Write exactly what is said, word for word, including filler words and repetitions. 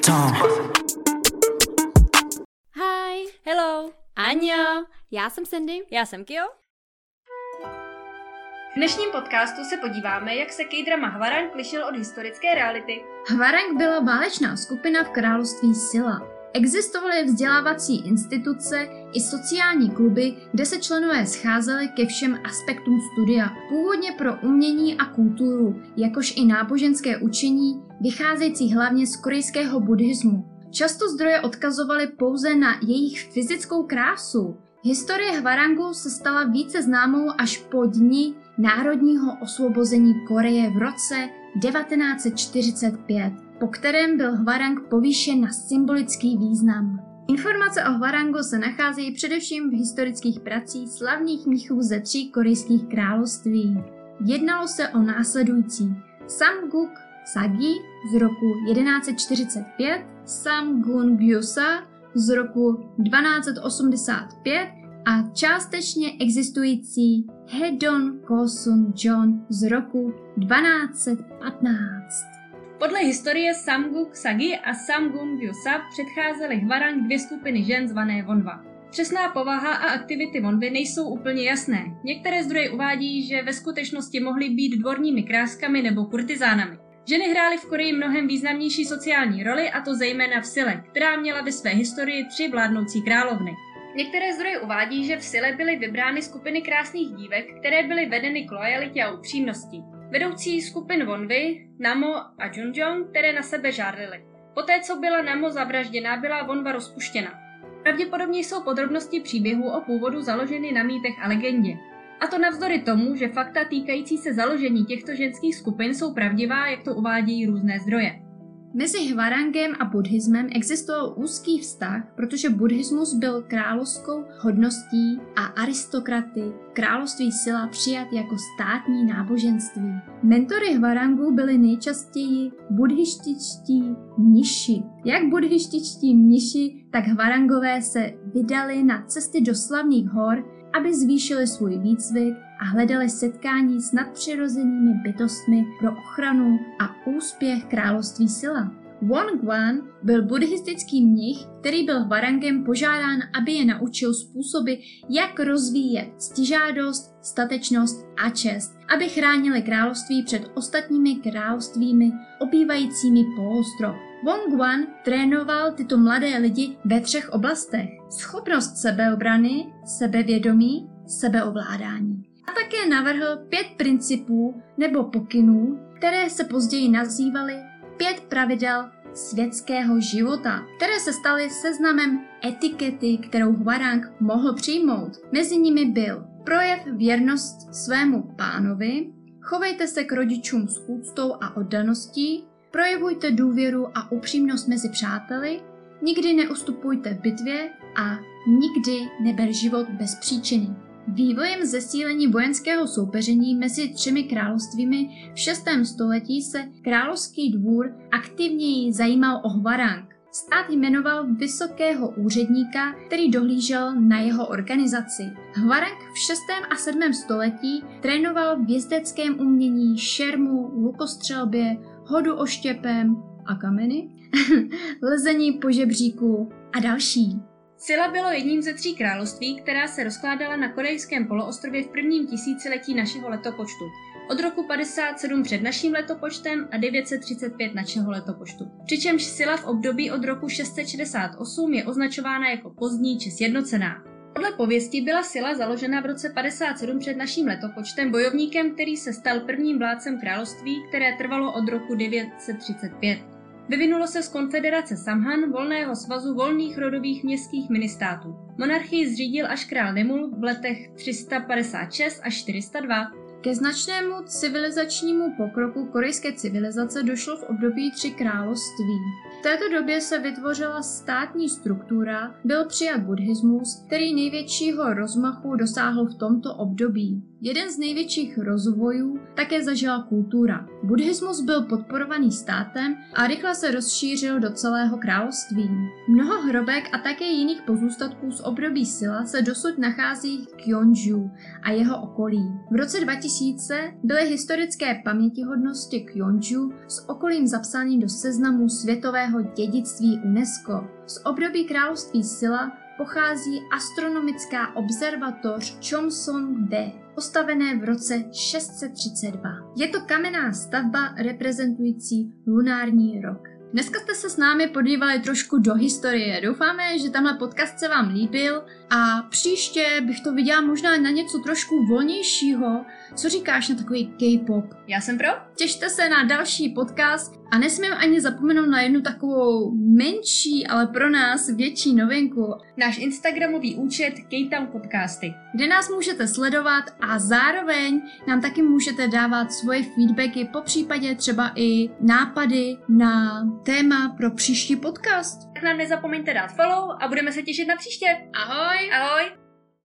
Tom. Hi. Hello. Anjo. Já jsem Sandy. Já jsem Kyo. V dnešním podcastu se podíváme, jak se K-drama Hwarang lišil od historické reality. Hwarang byla válečná skupina v království Silla. Existovaly vzdělávací instituce i sociální kluby, kde se členové scházeli ke všem aspektům studia, původně pro umění a kulturu, jakož i náboženské učení, vycházející hlavně z korejského buddhismu. Často zdroje odkazovaly pouze na jejich fyzickou krásu. Historie Hwarangu se stala více známou až po dni národního osvobození Koreje v roce devatenáct set čtyřicet pět, po kterém byl Hwarang povýšen na symbolický význam. Informace o Hwarangu se nacházejí především v historických pracích slavných mnichů ze tří korejských království. Jednalo se o následující: Samguk Sagi z roku jedenáct set čtyřicet pět, Samgun Gyosa z roku dvanáct set osmdesát pět a částečně existující Hedon Kosun Jon z roku dvanáct set patnáct. Podle historie Samguk Sagi a Samgun Gyosa předcházely Hwarang dvě skupiny žen zvané Wonwa. Přesná povaha a aktivity Wonvy nejsou úplně jasné. Některé zdroje uvádí, že ve skutečnosti mohly být dvorními kráskami nebo kurtizánami. Ženy hrály v Koreji mnohem významnější sociální roli, a to zejména v Sile, která měla ve své historii tři vládnoucí královny. Některé zdroje uvádí, že v Sile byly vybrány skupiny krásných dívek, které byly vedeny k lojalitě a upřímnosti. Vedoucí skupin Wonvy, Namo a Junjong, které na sebe žárlily. Poté, co byla Namo zavražděná, byla Wonwa rozpuštěna. Pravděpodobně jsou podrobnosti příběhu o původu založeny na mýtech a legendě. A to navzdory tomu, že fakta týkající se založení těchto ženských skupin jsou pravdivá, jak to uvádějí různé zdroje. Mezi Hwarangem a buddhismem existoval úzký vztah, protože buddhismus byl královskou hodností a aristokraty království Silla přijat jako státní náboženství. Mentory Hwarangu byli nejčastěji buddhističtí mniši. Jak buddhističtí mniši, tak Hwarangové se vydali na cesty do slavných hor, aby zvýšili svůj výcvik a hledali setkání s nadpřirozenými bytostmi pro ochranu a úspěch království Silla. Won Guan byl buddhistický mnich, který byl Hwarangem požádán, aby je naučil způsoby, jak rozvíjet ctižádost, statečnost a čest, aby chránili království před ostatními královstvími obývajícími poloostrov. Won Guan trénoval tyto mladé lidi ve třech oblastech: schopnost sebeobrany, sebevědomí, sebeovládání. A také navrhl pět principů nebo pokynů, které se později nazývaly pět pravidel světského života, které se staly seznamem etikety, kterou Hwarang mohl přijmout. Mezi nimi byl projev věrnost svému pánovi, chovejte se k rodičům s úctou a oddaností, projevujte důvěru a upřímnost mezi přáteli, nikdy neustupujte v bitvě a nikdy neber život bez příčiny. Vývojem zesílení vojenského soupeření mezi třemi královstvími v šestém století se královský dvůr aktivněji zajímal o Hwarang. Stát jmenoval vysokého úředníka, který dohlížel na jeho organizaci. Hwarang v šestém a sedmém století trénoval v jezdeckém umění, šermu, lukostřelbě, hodu oštěpem a kameny, lezení po žebříku a další. Silla bylo jedním ze tří království, která se rozkládala na korejském poloostrově v prvním tisíciletí našeho letopočtu. Od roku padesát sedm před naším letopočtem a devět set třicet pět našeho letopočtu. Přičemž Silla v období od roku šest set šedesát osm je označována jako pozdní či sjednocená. Podle pověsti byla Silla založena v roce padesát sedm před naším letopočtem bojovníkem, který se stal prvním vládcem království, které trvalo od roku devět set třicet pět. Vyvinulo se z konfederace Samhan, volného svazu volných rodových městských ministátů. Monarchii zřídil až král Nemul v letech tři sta padesát šest až čtyři sta dva. Ke značnému civilizačnímu pokroku korejské civilizace došlo v období Tří království. V této době se vytvořila státní struktura, byl přijat buddhismus, který největšího rozmachu dosáhl v tomto období. Jeden z největších rozvojů také zažila kultura. Buddhismus byl podporovaný státem a rychle se rozšířil do celého království. Mnoho hrobek a také jiných pozůstatků z období Silla se dosud nachází v Gyeongju a jeho okolí. V roce dva tisíce byly historické pamětihodnosti Gyeongju s okolím zapsány do seznamu světového dědictví UNESCO. Z období království Silla pochází astronomická observatoř Chomsong-dae, postavené v roce šest set třicet dva. Je to kamenná stavba reprezentující lunární rok. Dneska jste se s námi podívali trošku do historie. Doufáme, že tenhle podcast se vám líbil a příště bych to viděla možná na něco trošku volnějšího. Co říkáš na takový K-pop? Já jsem pro. Těšte se na další podcast a nesmím ani zapomenout na jednu takovou menší, ale pro nás větší novinku. Náš instagramový účet K-Town Podcasty, kde nás můžete sledovat a zároveň nám taky můžete dávat svoje feedbacky, popřípadě třeba i nápady na téma pro příští podcast. Tak nám nezapomeňte dát follow a budeme se těšit na příště. Ahoj! Ahoj!